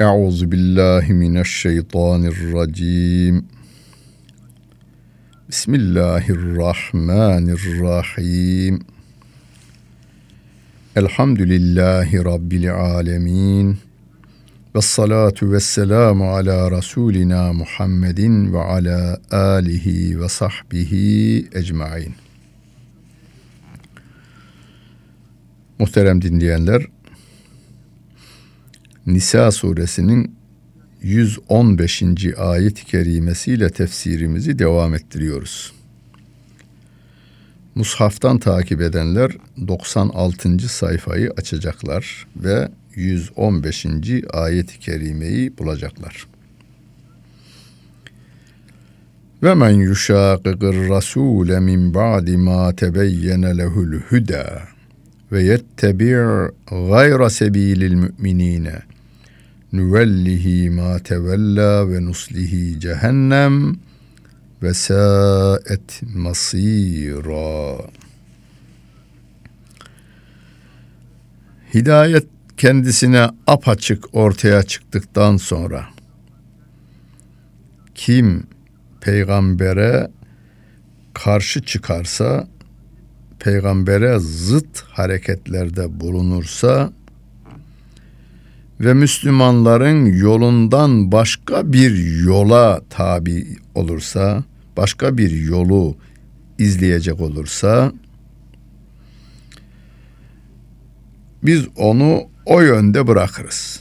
Euzu billahi mineşşeytanirracim. Bismillahirrahmanirrahim. Elhamdülillahi Rabbil alemin. Vessalatu vesselamu ala Resulina Muhammedin ve ala alihi ve sahbihi ecmain. Muhterem dinleyenler, Nisa suresinin 115. ayet-i kerimesiyle tefsirimizi devam ettiriyoruz. Mushaftan takip edenler 96. sayfayı açacaklar ve 115. ayet-i kerimeyi bulacaklar. Ve men yuşâkıgır rasûle min ba'di mâ tebeyyene lehul hudâ ve yettebi' gayra sebîlil mü'minîne nüvellihi mâ tevellâ ve nuslihi cehennem ve sâet masîrâ. Hidayet kendisine apaçık ortaya çıktıktan sonra kim peygambere karşı çıkarsa, peygambere zıt hareketlerde bulunursa ve Müslümanların yolundan başka bir yola tabi olursa, başka bir yolu izleyecek olursa, biz onu o yönde bırakırız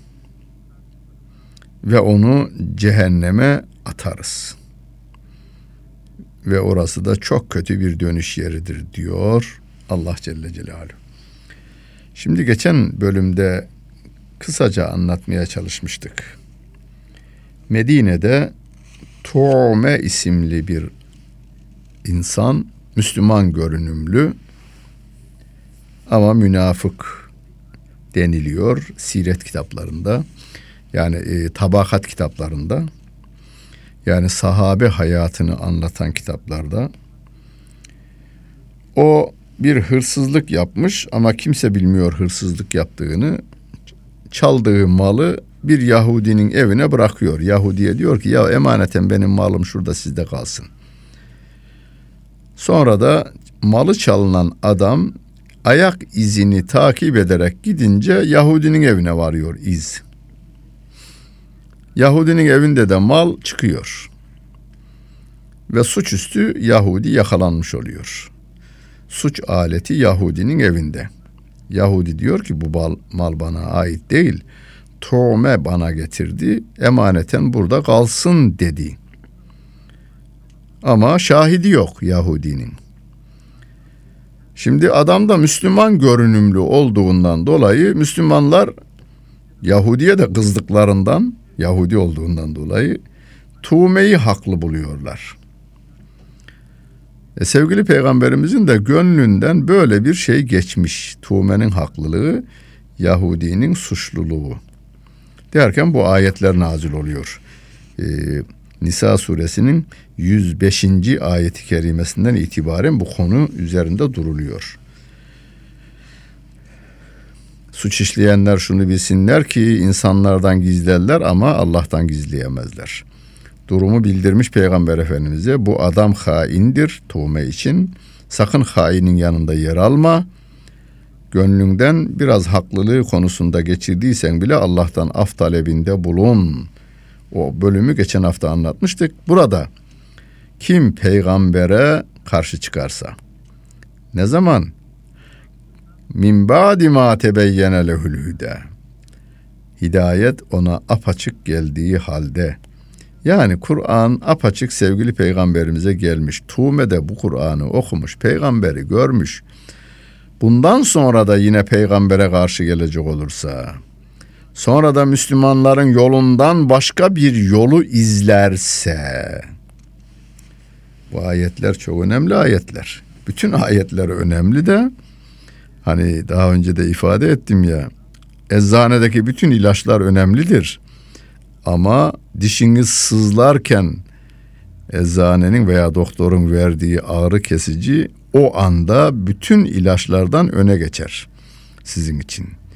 ve onu cehenneme atarız. Ve orası da çok kötü bir dönüş yeridir diyor Allah Celle Celaluhu. Şimdi geçen bölümde kısaca anlatmaya çalışmıştık. Medine'de Tu'me isimli bir insan, Müslüman görünümlü ama münafık deniliyor siret kitaplarında. Yani tabakat kitaplarında. Yani sahabe hayatını anlatan kitaplarda. O bir hırsızlık yapmış ama kimse bilmiyor hırsızlık yaptığını. Çaldığı malı bir Yahudinin evine bırakıyor. Yahudiye diyor ki ya emaneten benim malım şurada sizde kalsın. Sonra da malı çalınan adam ayak izini takip ederek gidince Yahudinin evine varıyor iz. Yahudinin evinde de mal çıkıyor. Ve suçüstü Yahudi yakalanmış oluyor. Suç aleti Yahudinin evinde. Yahudi diyor ki bu mal bana ait değil. Tu'me bana getirdi. Emaneten burada kalsın dedi. Ama şahidi yok Yahudinin. Şimdi adam da Müslüman görünümlü olduğundan dolayı Müslümanlar Yahudi'ye de kızdıklarından, Yahudi olduğundan dolayı Tuğme'yi haklı buluyorlar. Sevgili Peygamberimizin de gönlünden böyle bir şey geçmiş. Tuğme'nin haklılığı, Yahudinin suçluluğu. Derken bu ayetler nazil oluyor. Nisa suresinin 105. ayeti kerimesinden itibaren bu konu üzerinde duruluyor. Suç işleyenler şunu bilsinler ki insanlardan gizlerler ama Allah'tan gizleyemezler. Durumu bildirmiş Peygamber Efendimiz'e bu adam haindir Tuğme için. Sakın hainin yanında yer alma. Gönlünden biraz haklılığı konusunda geçirdiysen bile Allah'tan af talebinde bulun. O bölümü geçen hafta anlatmıştık. Burada kim peygambere karşı çıkarsa ne zaman? Min ba'di ma tebeyyene lehul huda. Hidayet ona apaçık geldiği halde. Yani Kur'an apaçık sevgili peygamberimize gelmiş. Tuğme de bu Kur'an'ı okumuş, peygamberi görmüş. Bundan sonra da yine peygambere karşı gelecek olursa, sonra da Müslümanların yolundan başka bir yolu izlerse, bu ayetler çok önemli ayetler. Bütün ayetler önemli de, hani daha önce de ifade ettim ya, eczanedeki bütün ilaçlar önemlidir. Ama dişiniz sızlarken eczanenin veya doktorun verdiği ağrı kesici o anda bütün ilaçlardan öne geçer sizin için.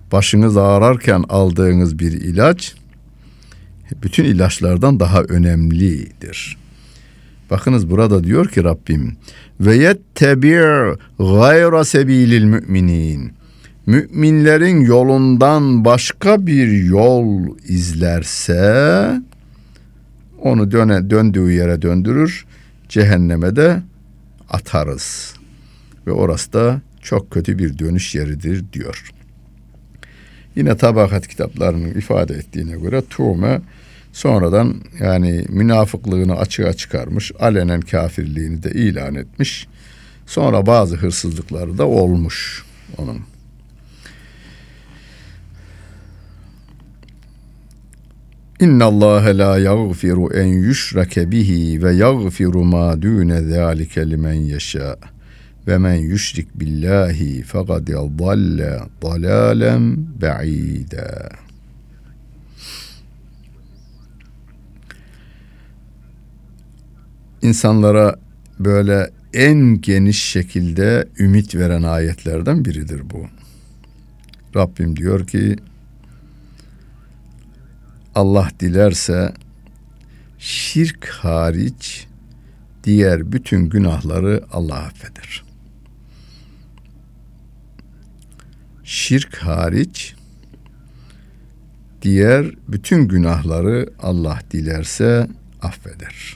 başınız ağrarken aldığınız bir ilaç bütün ilaçlardan daha önemlidir. Bakınız burada diyor ki Rabbim ve yettebi' gayra sebilil müminin. Müminlerin yolundan başka bir yol izlerse onu döndüğü yere döndürür, cehenneme de atarız. Ve orası da çok kötü bir dönüş yeridir diyor. Yine tabakat kitaplarının ifade ettiğine göre Tuğme sonradan yani münafıklığını açığa çıkarmış, alenen kafirliğini de ilan etmiş. Sonra bazı hırsızlıkları da olmuş onun. İnna Allah la yaghfiru en yushrake bihi ve yaghfiru ma dune zalika limen yasha. Ve men yüşrik billahi fekad dalle dalalen ba'ida. İnsanlara böyle en geniş şekilde ümit veren ayetlerden biridir bu. Rabbim diyor ki Allah dilerse şirk hariç diğer bütün günahları Allah affeder. Şirk hariç diğer bütün günahları Allah dilerse affeder.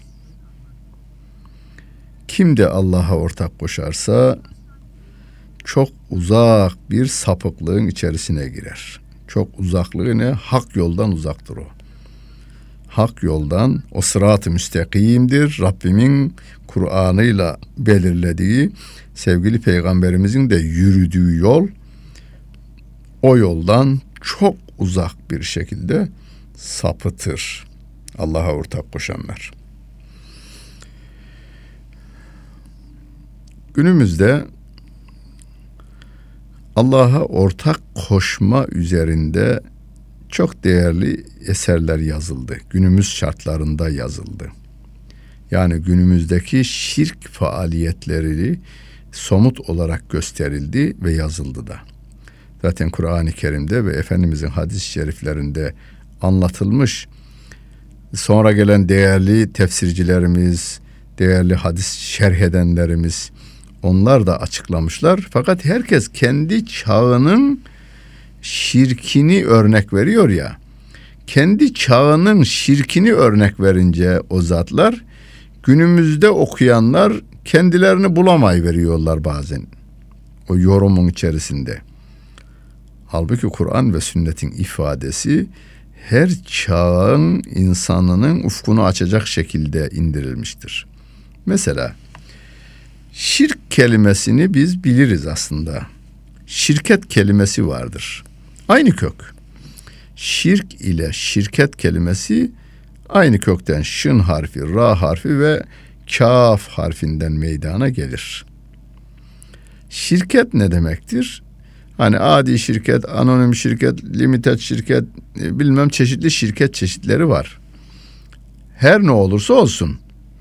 Kim de Allah'a ortak koşarsa çok uzak bir sapıklığın içerisine girer. Çok uzaklığı ne? Hak yoldan uzaktır o. Hak yoldan, o sırat-ı müstakimdir. Rabbimin Kur'an'ıyla belirlediği, sevgili peygamberimizin de yürüdüğü yol, o yoldan çok uzak bir şekilde sapıtır Allah'a ortak koşanlar. Günümüzde Allah'a ortak koşma üzerinde çok değerli eserler yazıldı. Günümüz şartlarında yazıldı. Yani günümüzdeki şirk faaliyetleri somut olarak gösterildi ve yazıldı da. Zaten Kur'an-ı Kerim'de ve Efendimizin hadis-i şeriflerinde anlatılmış. Sonra gelen değerli tefsircilerimiz, değerli hadis şerh edenlerimiz, onlar da açıklamışlar. Fakat herkes kendi çağının şirkini örnek veriyor ya. Kendi çağının şirkini örnek verince o zatlar, günümüzde okuyanlar kendilerini bulamayıveriyorlar bazen o yorumun içerisinde. Halbuki Kur'an ve sünnetin ifadesi her çağın insanının ufkunu açacak şekilde indirilmiştir. Mesela şirk kelimesini biz biliriz aslında. Şirket kelimesi vardır. Aynı kök. Şirk ile şirket kelimesi aynı kökten şın harfi, ra harfi ve kaf harfinden meydana gelir. Şirket ne demektir? Hani adi şirket, anonim şirket, limited şirket, bilmem çeşitli şirket çeşitleri var. Her ne olursa olsun,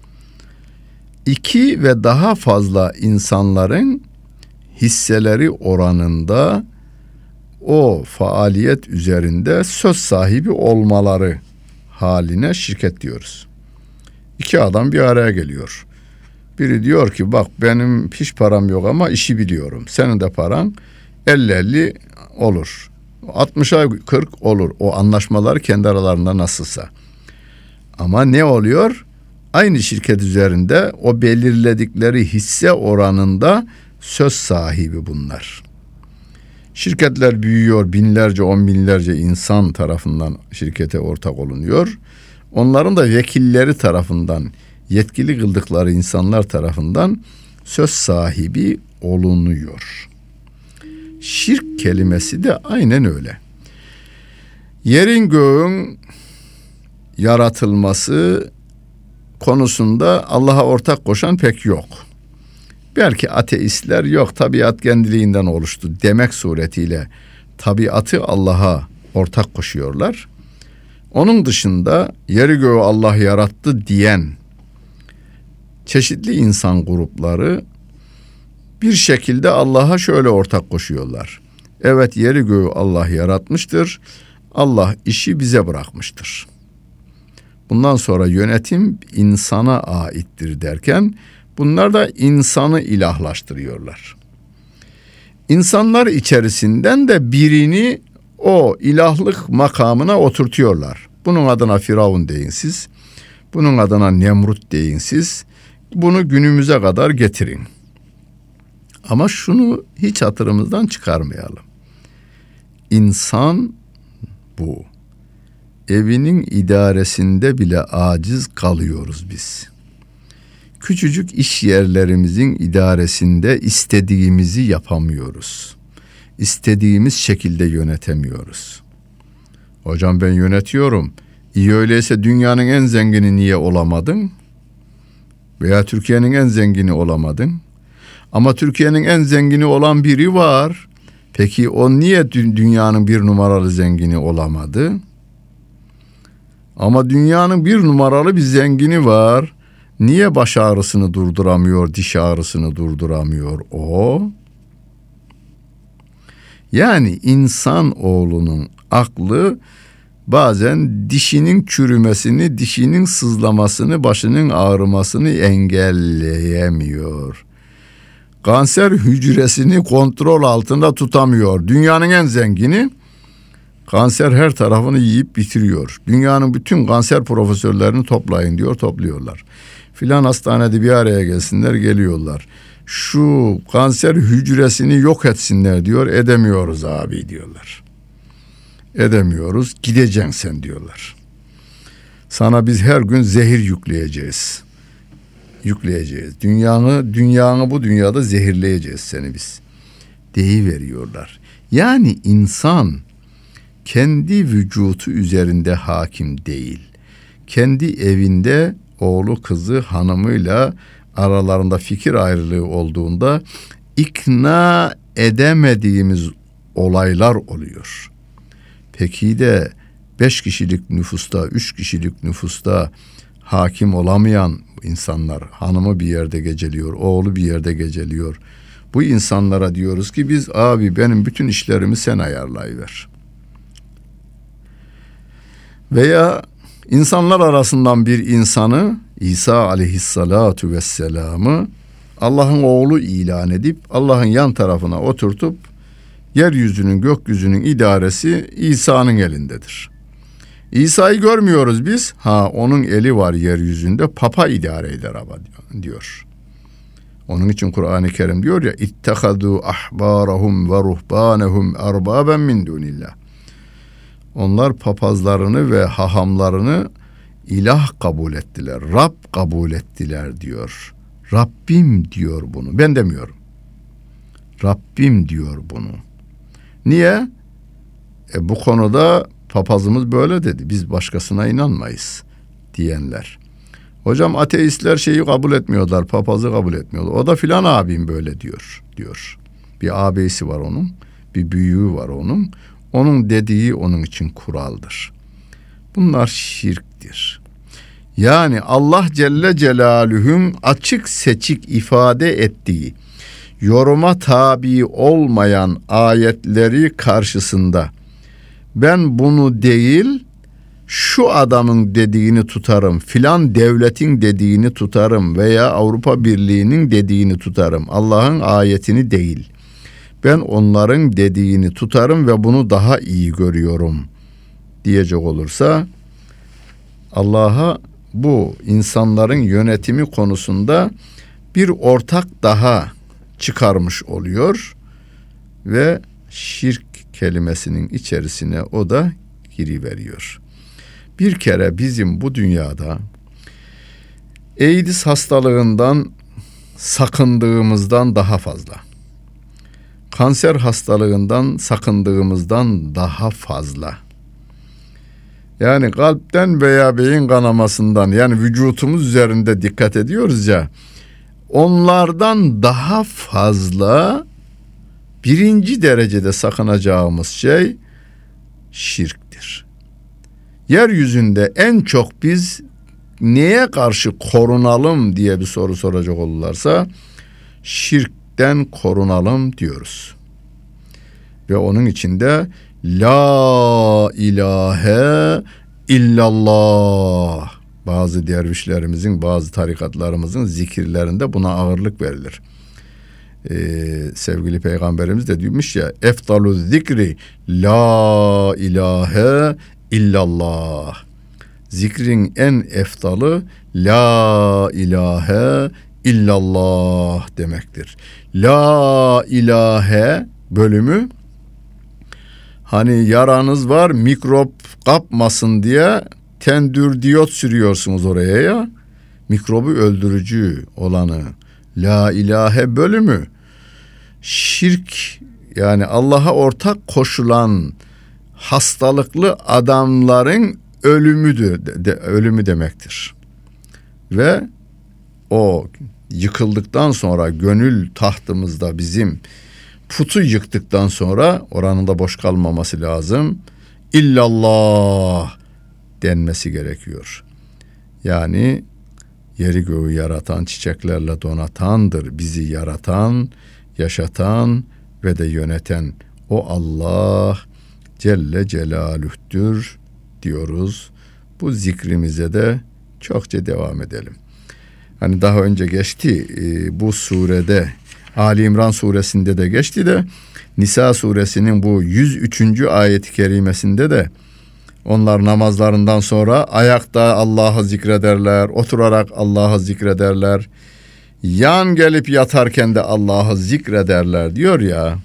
İki ve daha fazla insanların hisseleri oranında o faaliyet üzerinde söz sahibi olmaları haline şirket diyoruz. İki adam bir araya geliyor. Biri diyor ki bak benim hiç param yok ama işi biliyorum. Senin de paran 50-50 olur. 60'a 40 olur. O anlaşmalar kendi aralarında nasılsa. Ama ne oluyor? Aynı şirket üzerinde o belirledikleri hisse oranında söz sahibi bunlar. Şirketler büyüyor, binlerce, on binlerce insan tarafından şirkete ortak olunuyor. Onların da vekilleri tarafından, yetkili kıldıkları insanlar tarafından söz sahibi olunuyor. Şirk kelimesi de aynen öyle. Yerin göğün yaratılması konusunda Allah'a ortak koşan pek yok. Belki ateistler yok tabiat kendiliğinden oluştu demek suretiyle tabiatı Allah'a ortak koşuyorlar. Onun dışında yeri göğü Allah yarattı diyen çeşitli insan grupları bir şekilde Allah'a şöyle ortak koşuyorlar. Evet, yeri göğü Allah yaratmıştır. Allah işi bize bırakmıştır. Bundan sonra yönetim insana aittir derken bunlar da insanı ilahlaştırıyorlar. İnsanlar içerisinden de birini o ilahlık makamına oturtuyorlar. Bunun adına Firavun deyin siz. Bunun adına Nemrut deyin siz. Bunu günümüze kadar getirin. Ama şunu hiç hatırımızdan çıkarmayalım. İnsan bu. Evinin idaresinde bile aciz kalıyoruz biz. Küçücük iş yerlerimizin idaresinde istediğimizi yapamıyoruz. İstediğimiz şekilde yönetemiyoruz. Hocam ben yönetiyorum. İyi öyleyse dünyanın en zengini niye olamadın? Veya Türkiye'nin en zengini olamadın? Ama Türkiye'nin en zengini olan biri var. Peki o niye dünyanın bir numaralı zengini olamadı? Ama dünyanın bir numaralı bir zengini var. Niye baş ağrısını durduramıyor, diş ağrısını durduramıyor o? Yani insan oğlunun aklı bazen dişinin çürümesini, dişinin sızlamasını, başının ağrımasını engelleyemiyor. Kanser hücresini kontrol altında tutamıyor. Dünyanın en zengini kanser her tarafını yiyip bitiriyor. Dünyanın bütün kanser profesörlerini toplayın diyor, topluyorlar. Filan hastanede bir araya gelsinler, geliyorlar. Şu kanser hücresini yok etsinler diyor, edemiyoruz abi diyorlar. Edemiyoruz, gideceksin sen diyorlar. Sana biz her gün zehir yükleyeceğiz. Dünyanı bu dünyada zehirleyeceğiz seni biz. Deyiveriyorlar. Yani insan kendi vücutu üzerinde hakim değil. Kendi evinde oğlu, kızı, hanımıyla aralarında fikir ayrılığı olduğunda ikna edemediğimiz olaylar oluyor. Peki de 5 kişilik nüfusta, 3 kişilik nüfusta hakim olamayan insanlar, hanımı bir yerde geceliyor, oğlu bir yerde geceliyor. Bu insanlara diyoruz ki biz abi benim bütün işlerimi sen ayarlayıver. Veya insanlar arasından bir insanı, İsa aleyhissalatu vesselam'ı Allah'ın oğlu ilan edip Allah'ın yan tarafına oturtup yeryüzünün, gökyüzünün idaresi İsa'nın elindedir. İsa'yı görmüyoruz biz. Onun eli var yeryüzünde, Papa idare eder ama diyor. Onun için Kur'an-ı Kerim diyor ya İttehadu ahbarahum ve ruhbanehum erbaben min dunillah. Onlar papazlarını ve hahamlarını ilah kabul ettiler. Rab kabul ettiler diyor. Rabbim diyor bunu. Ben demiyorum. Rabbim diyor bunu. Niye? Bu konuda papazımız böyle dedi. Biz başkasına inanmayız diyenler. Hocam ateistler şeyi kabul etmiyorlar. Papazı kabul etmiyorlar. O da filan abim böyle diyor. Bir ağabeyisi var onun. Bir büyüğü var onun. Onun dediği onun için kuraldır. Bunlar şirktir. Yani Allah Celle Celaluhu'nun açık seçik ifade ettiği, yoruma tabi olmayan ayetleri karşısında ben bunu değil, şu adamın dediğini tutarım, filan devletin dediğini tutarım veya Avrupa Birliği'nin dediğini tutarım. Allah'ın ayetini değil. Ben onların dediğini tutarım ve bunu daha iyi görüyorum diyecek olursa Allah'a bu insanların yönetimi konusunda bir ortak daha çıkarmış oluyor ve şirk kelimesinin içerisine o da giriveriyor. Bir kere bizim bu dünyada AIDS hastalığından sakındığımızdan daha fazla, kanser hastalığından sakındığımızdan daha fazla, yani kalpten veya beyin kanamasından, yani vücutumuz üzerinde dikkat ediyoruz ya, onlardan daha fazla birinci derecede sakınacağımız şey şirktir. Yeryüzünde en çok biz neye karşı korunalım diye bir soru soracak olurlarsa şirkten korunalım diyoruz. ve onun içinde La ilahe illallah. Bazı dervişlerimizin, bazı tarikatlarımızın zikirlerinde buna ağırlık verilir. Sevgili Peygamberimiz de demiş ya, efdalu zikri la ilahe illallah. Zikrin en efdalı la ilahe illallah demektir. La ilahe bölümü, hani yaranız var, mikrop kapmasın diye tendürdiyot sürüyorsunuz oraya ya. Mikrobu öldürücü olanı. La ilahe bölümü şirk, yani Allah'a ortak koşulan hastalıklı adamların ölümü demektir. Ve o yıkıldıktan sonra, gönül tahtımızda bizim putu yıktıktan sonra, oranın da boş kalmaması lazım. İllallah denmesi gerekiyor. Yani yeri göğü yaratan, çiçeklerle donatandır. Bizi yaratan, yaşatan ve de yöneten o Allah Celle Celaluh'tür diyoruz. Bu zikrimize de çokça devam edelim. Hani daha önce geçti bu surede, Ali İmran suresinde de geçti de, Nisa suresinin bu 103. ayet-i kerimesinde de onlar namazlarından sonra ayakta Allah'ı zikrederler, oturarak Allah'ı zikrederler, yan gelip yatarken de Allah'ı zikrederler diyor ya.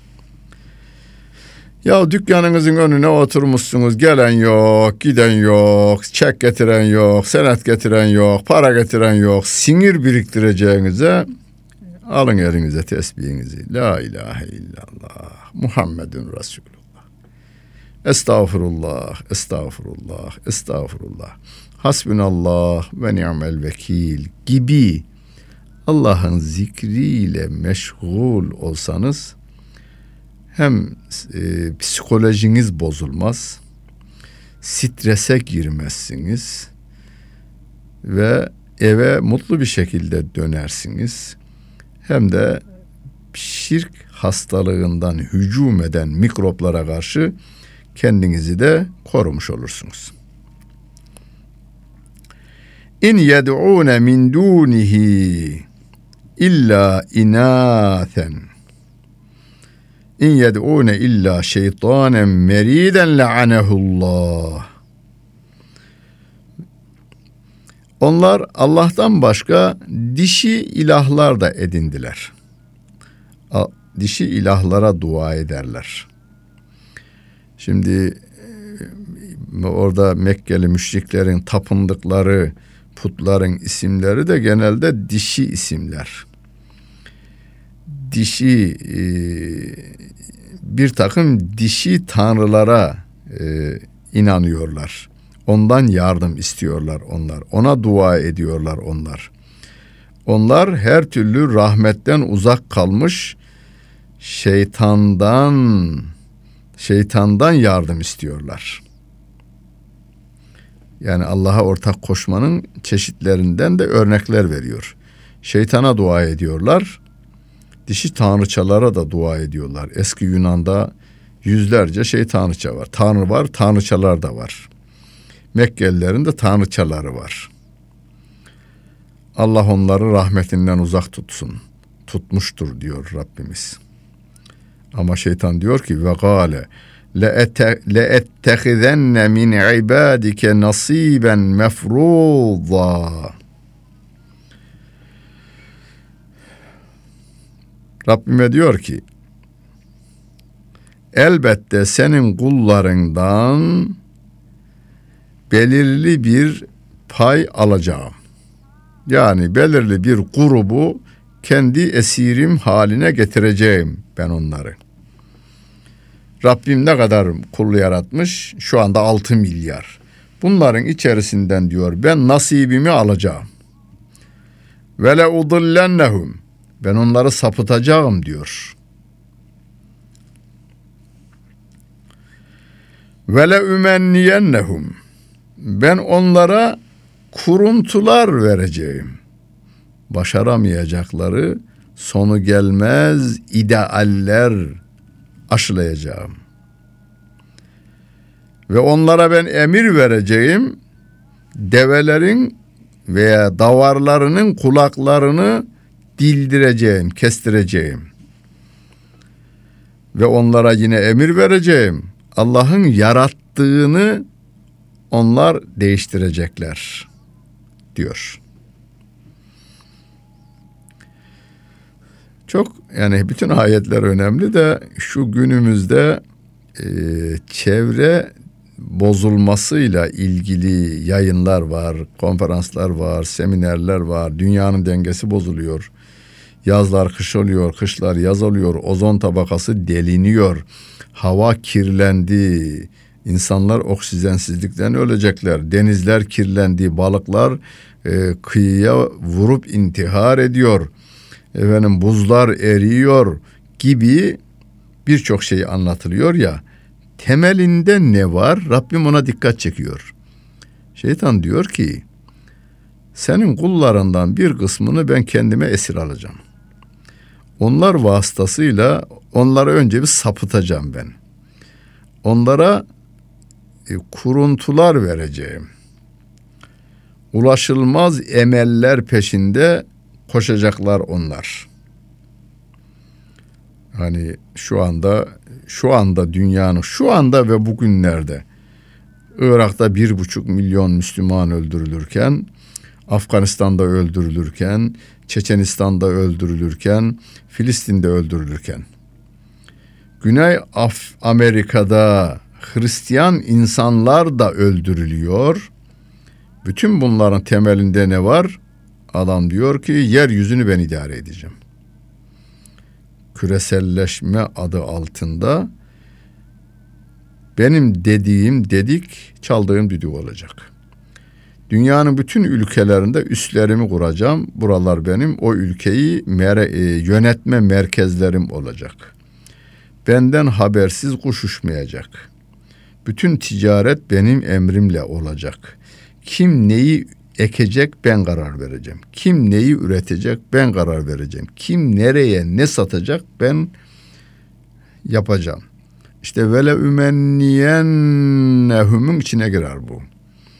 Ya dükkanınızın önüne oturmuşsunuz, gelen yok, giden yok, çek getiren yok, senet getiren yok, para getiren yok. Sinir biriktireceğinize alın elinize tesbihinizi. La ilahe illallah Muhammedun Resulullah. Estağfurullah, estağfurullah, estağfurullah. Hasbunallah ve ni'mel vekil gibi Allah'ın zikriyle meşgul olsanız hem psikolojiniz bozulmaz, strese girmezsiniz ve eve mutlu bir şekilde dönersiniz. Hem de şirk hastalığından hücum eden mikroplara karşı kendinizi de korumuş olursunuz. İn yed'ûne min dûnihi illa inâthen. İn yed'ûne illa şeytânen merîden le'anehullah. Onlar Allah'tan başka dişi ilahlar da edindiler. Dişi ilahlara dua ederler. Şimdi orada Mekkeli müşriklerin tapındıkları putların isimleri de genelde dişi isimler. Dişi bir takım dişi tanrılara inanıyorlar. Ondan yardım istiyorlar onlar. Ona dua ediyorlar onlar. Onlar her türlü rahmetten uzak kalmış, şeytandan yardım istiyorlar. Yani Allah'a ortak koşmanın çeşitlerinden de örnekler veriyor. Şeytana dua ediyorlar. Dişi tanrıçalara da dua ediyorlar. Eski Yunan'da yüzlerce tanrıça var. Tanrı var, tanrıçalar da var. Mekkelilerin de tanrıçaları var. Allah onları rahmetinden uzak tutsun. Tutmuştur diyor Rabbimiz. Ama şeytan diyor ki ve gâle le'ettehizenne min ibadike nasiben mefrûzâ. Rabbime diyor ki elbette senin kullarından belirli bir pay alacağım. Yani belirli bir grubu kendi esirim haline getireceğim ben onları. Rabbim ne kadar kul yaratmış? Şu anda 6 milyar. Bunların içerisinden diyor ben nasibimi alacağım. Ve le udillennehum. Ben onları sapıtacağım diyor. Ve le ümenniyennehum. Ben onlara kuruntular vereceğim. Başaramayacakları, sonu gelmez idealler aşılayacağım. Ve onlara ben emir vereceğim, develerin veya davarlarının kulaklarını dildireceğim, kestireceğim. Ve onlara yine emir vereceğim, Allah'ın yarattığını onlar değiştirecekler diyor. Çok, yani bütün ayetler önemli de şu günümüzde çevre bozulmasıyla ilgili yayınlar var, konferanslar var, seminerler var. Dünyanın dengesi bozuluyor. Yazlar kış oluyor, kışlar yaz oluyor. Ozon tabakası deliniyor. Hava kirlendi. İnsanlar oksijensizlikten ölecekler. Denizler kirlendi. Balıklar kıyıya vurup intihar ediyor. Buzlar eriyor gibi birçok şey anlatılıyor ya. Temelinde ne var? Rabbim ona dikkat çekiyor. Şeytan diyor ki, senin kullarından bir kısmını ben kendime esir alacağım. Onlar vasıtasıyla onları önce bir sapıtacağım ben. Onlara kuruntular vereceğim. Ulaşılmaz emeller peşinde koşacaklar onlar. Hani şu anda dünyanın şu anda ve bugünlerde Irak'ta 1,5 milyon Müslüman öldürülürken, Afganistan'da öldürülürken, Çeçenistan'da öldürülürken, Filistin'de öldürülürken, Güney Amerika'da Hristiyan insanlar da öldürülüyor. Bütün bunların temelinde ne var? Adam diyor ki yeryüzünü ben idare edeceğim. Küreselleşme adı altında benim dediğim dedik, çaldığım düdük olacak. Dünyanın bütün ülkelerinde üslerimi kuracağım. Buralar benim, o ülkeyi yönetme merkezlerim olacak. Benden habersiz kuş uçmayacak. Bütün ticaret benim emrimle olacak. Kim neyi ekecek ben karar vereceğim. Kim neyi üretecek ben karar vereceğim. Kim nereye ne satacak ben yapacağım. İşte vele ümenniyennehum'un içine girer bu.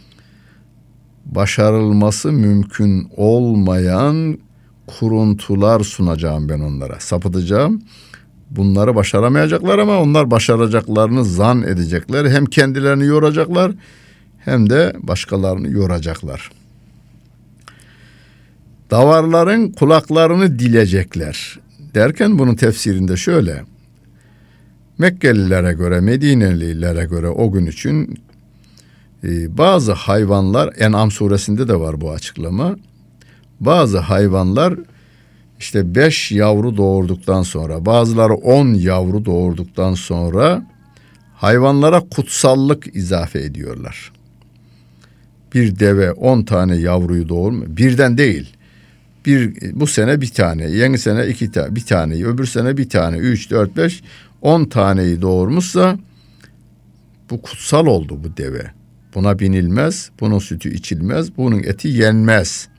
Başarılması mümkün olmayan kuruntular sunacağım ben onlara. Sapıtacağım. Bunları başaramayacaklar ama onlar başaracaklarını zan edecekler. Hem kendilerini yoracaklar hem de başkalarını yoracaklar. Davarların kulaklarını dilecekler derken bunun tefsirinde şöyle. Mekkelilere göre, Medinelilere göre o gün için bazı hayvanlar, En'am suresinde de var bu açıklama. Bazı hayvanlar işte 5 yavru doğurduktan sonra, bazıları 10 yavru doğurduktan sonra hayvanlara kutsallık izafe ediyorlar. Bir deve 10 tane yavruyu doğurmuyor. Birden değil. Bu sene bir tane, yeni sene bir taneyi, öbür sene bir tane, 3, 4, 5, 10 taneyi doğurmuşsa bu kutsal oldu bu deve. Buna binilmez, bunun sütü içilmez, bunun eti yenmez.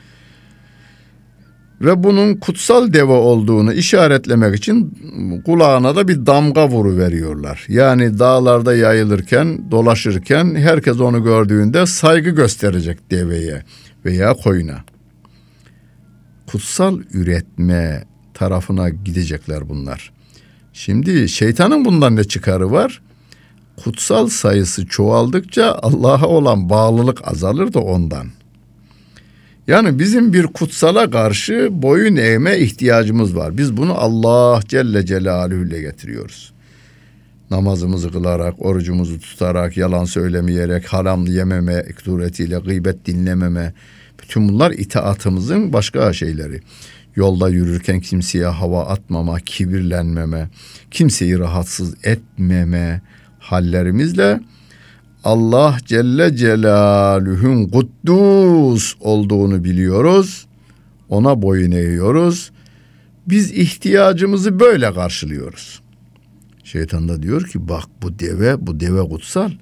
Ve bunun kutsal deve olduğunu işaretlemek için kulağına da bir damga vuruveriyorlar. Yani dağlarda yayılırken, dolaşırken herkes onu gördüğünde saygı gösterecek deveye veya koyuna. Kutsal üretme tarafına gidecekler bunlar. Şimdi şeytanın bundan ne çıkarı var? Kutsal sayısı çoğaldıkça Allah'a olan bağlılık azalır da ondan. Yani bizim bir kutsala karşı boyun eğme ihtiyacımız var. Biz bunu Allah Celle Celaluhu ile getiriyoruz. Namazımızı kılarak, orucumuzu tutarak, yalan söylemeyerek, haram yememe suretiyle, gıybet dinlememe. Bütün bunlar itaatımızın başka şeyleri. Yolda yürürken kimseye hava atmama, kibirlenmeme, kimseyi rahatsız etmeme hallerimizle Allah Celle Celaluhu'nun kuddus olduğunu biliyoruz. Ona boyun eğiyoruz. Biz ihtiyacımızı böyle karşılıyoruz. Şeytan da diyor ki bak bu deve kutsal.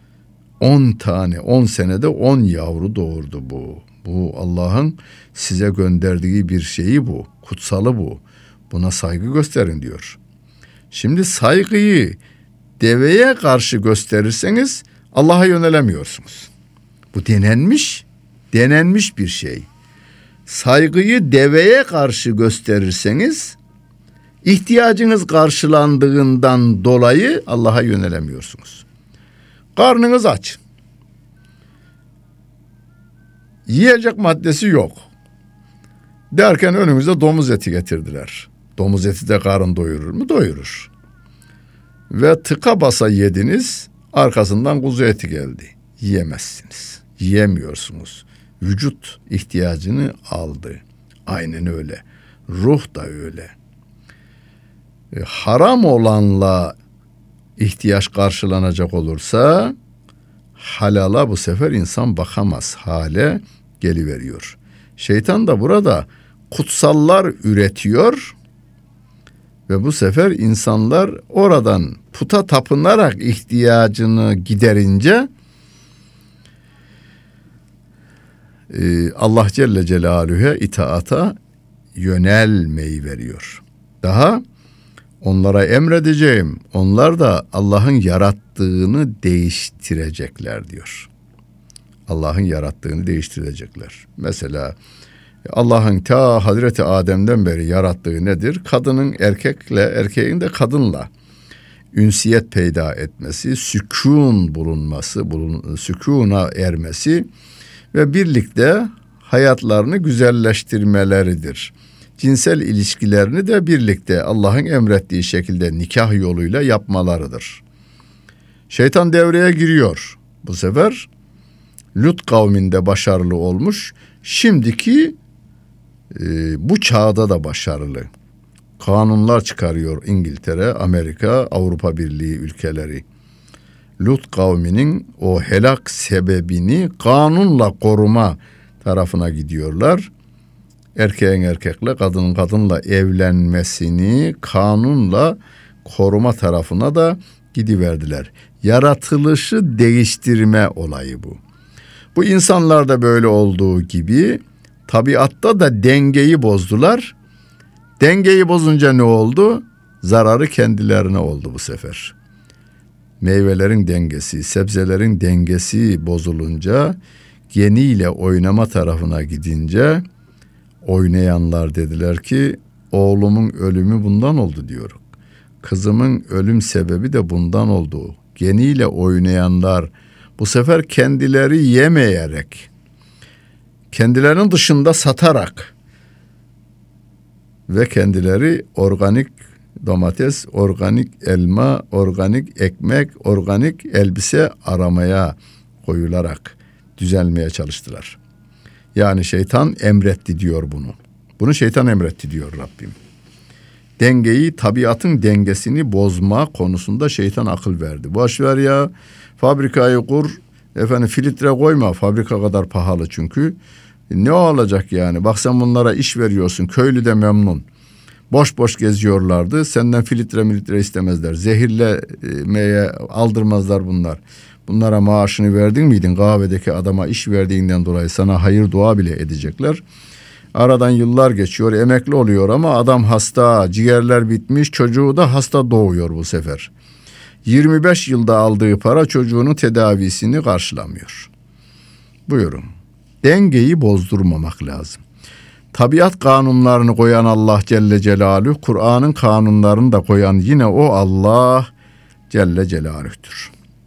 10 senede 10 yavru doğurdu bu. Bu Allah'ın size gönderdiği bir şeyi bu. Kutsalı bu. Buna saygı gösterin diyor. Şimdi saygıyı deveye karşı gösterirseniz Allah'a yönelemiyorsunuz. Bu denenmiş bir şey. Saygıyı deveye karşı gösterirseniz ihtiyacınız karşılandığından dolayı Allah'a yönelemiyorsunuz. Karnınız aç. Yiyecek maddesi yok. Derken önümüze domuz eti getirdiler. Domuz eti de karın doyurur mu? Doyurur. Ve tıka basa yediniz, arkasından kuzu eti geldi. Yiyemezsiniz. Yiyemiyorsunuz. Vücut ihtiyacını aldı. Aynen öyle. Ruh da öyle. Haram olanla ihtiyaç karşılanacak olursa halala bu sefer insan bakamaz hale geliveriyor. Şeytan da burada kutsallar üretiyor ve bu sefer insanlar oradan puta tapınarak ihtiyacını giderince Allah Celle Celaluhu'ya itaata yönelmeyi veriyor. Daha onlara emredeceğim, onlar da Allah'ın yarattığını değiştirecekler diyor. Allah'ın yarattığını değiştirecekler. Mesela Allah'ın ta Hazreti Adem'den beri yarattığı nedir? Kadının erkekle, erkeğin de kadınla ünsiyet peyda etmesi, sükûn bulunması, sükûna ermesi ve birlikte hayatlarını güzelleştirmeleridir. Cinsel ilişkilerini de birlikte Allah'ın emrettiği şekilde nikah yoluyla yapmalarıdır. Şeytan devreye giriyor. Bu sefer Lut kavminde başarılı olmuş. Şimdiki bu çağda da başarılı. Kanunlar çıkarıyor İngiltere, Amerika, Avrupa Birliği ülkeleri. Lut kavminin o helak sebebini kanunla koruma tarafına gidiyorlar. Erkeğin erkekle, kadının kadınla evlenmesini kanunla koruma tarafına da gidiverdiler. Yaratılışı değiştirme olayı bu. Bu insanlarda böyle olduğu gibi tabiatta da dengeyi bozdular. Dengeyi bozunca ne oldu? Zararı kendilerine oldu bu sefer. Meyvelerin dengesi, sebzelerin dengesi bozulunca, geniyle oynama tarafına gidince oynayanlar dediler ki oğlumun ölümü bundan oldu diyor. Kızımın ölüm sebebi de bundan oldu. Geniyle oynayanlar bu sefer kendileri yemeyerek, kendilerinin dışında satarak ve kendileri organik domates, organik elma, organik ekmek, organik elbise aramaya koyularak düzelmeye çalıştılar. Yani şeytan emretti diyor bunu. Bunu şeytan emretti diyor Rabbim. Dengeyi, tabiatın dengesini bozma konusunda şeytan akıl verdi. Boş ver ya, fabrikayı kur, filtre koyma, fabrika kadar pahalı çünkü. Ne olacak yani? Bak sen bunlara iş veriyorsun, köylü de memnun. Boş boş geziyorlardı, senden filtre istemezler. Zehirlemeye aldırmazlar bunlar. Bunlara maaşını verdin miydin? Kahvedeki adama iş verdiğinden dolayı sana hayır dua bile edecekler. Aradan yıllar geçiyor, emekli oluyor ama adam hasta, ciğerler bitmiş, çocuğu da hasta doğuyor bu sefer. 25 yılda aldığı para çocuğunun tedavisini karşılamıyor. Buyurun. Dengeyi bozdurmamak lazım. Tabiat kanunlarını koyan Allah Celle Celaluhu, Kur'an'ın kanunlarını da koyan yine o Allah Celle Celaluhu'dur.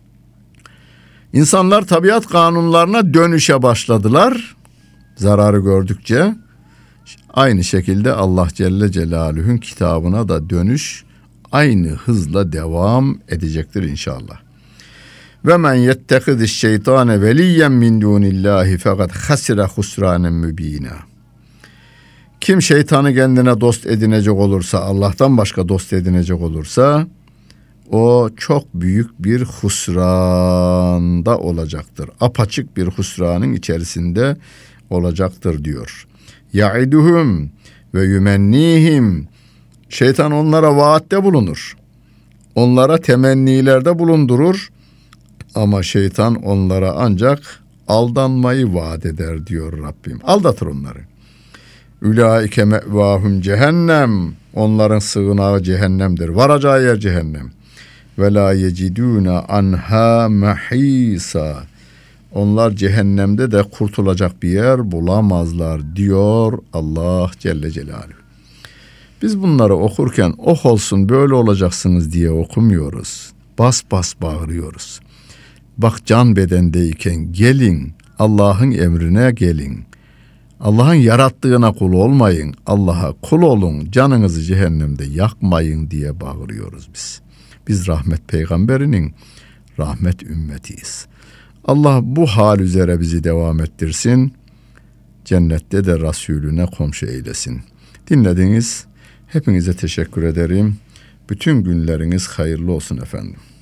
İnsanlar tabiat kanunlarına dönüşe başladılar. Zararı gördükçe aynı şekilde Allah Celle Celaluhu'nun kitabına da dönüş aynı hızla devam edecektir inşallah. Ve men yettehidiş şeytane veliyyen min dunillahi fakat hasire husranen mübina. Kim şeytanı kendine dost edinecek olursa, Allah'tan başka dost edinecek olursa, o çok büyük bir husranda olacaktır. Apaçık bir husranın içerisinde olacaktır diyor. Ya'iduhum ve yumennihim. Şeytan onlara vaatte bulunur. Onlara temennilerde bulundurur. Ama şeytan onlara ancak aldanmayı vaat eder diyor Rabbim. Aldatır onları. Ulaike mevahum cehennem. Onların sığınağı cehennemdir. Varacağı yer cehennem. Ve la yeciduna anha mahisa. Onlar cehennemde de kurtulacak bir yer bulamazlar diyor Allah Celle Celaluhu. Biz bunları okurken oh olsun böyle olacaksınız diye okumuyoruz. Bas bas bağırıyoruz. Bak can bedendeyken gelin, Allah'ın emrine gelin. Allah'ın yarattığına kul olmayın, Allah'a kul olun, canınızı cehennemde yakmayın diye bağırıyoruz biz. Biz rahmet peygamberinin rahmet ümmetiyiz. Allah bu hal üzere bizi devam ettirsin. Cennette de Resulüne komşu eylesin. Dinlediniz. Hepinize teşekkür ederim. Bütün günleriniz hayırlı olsun efendim.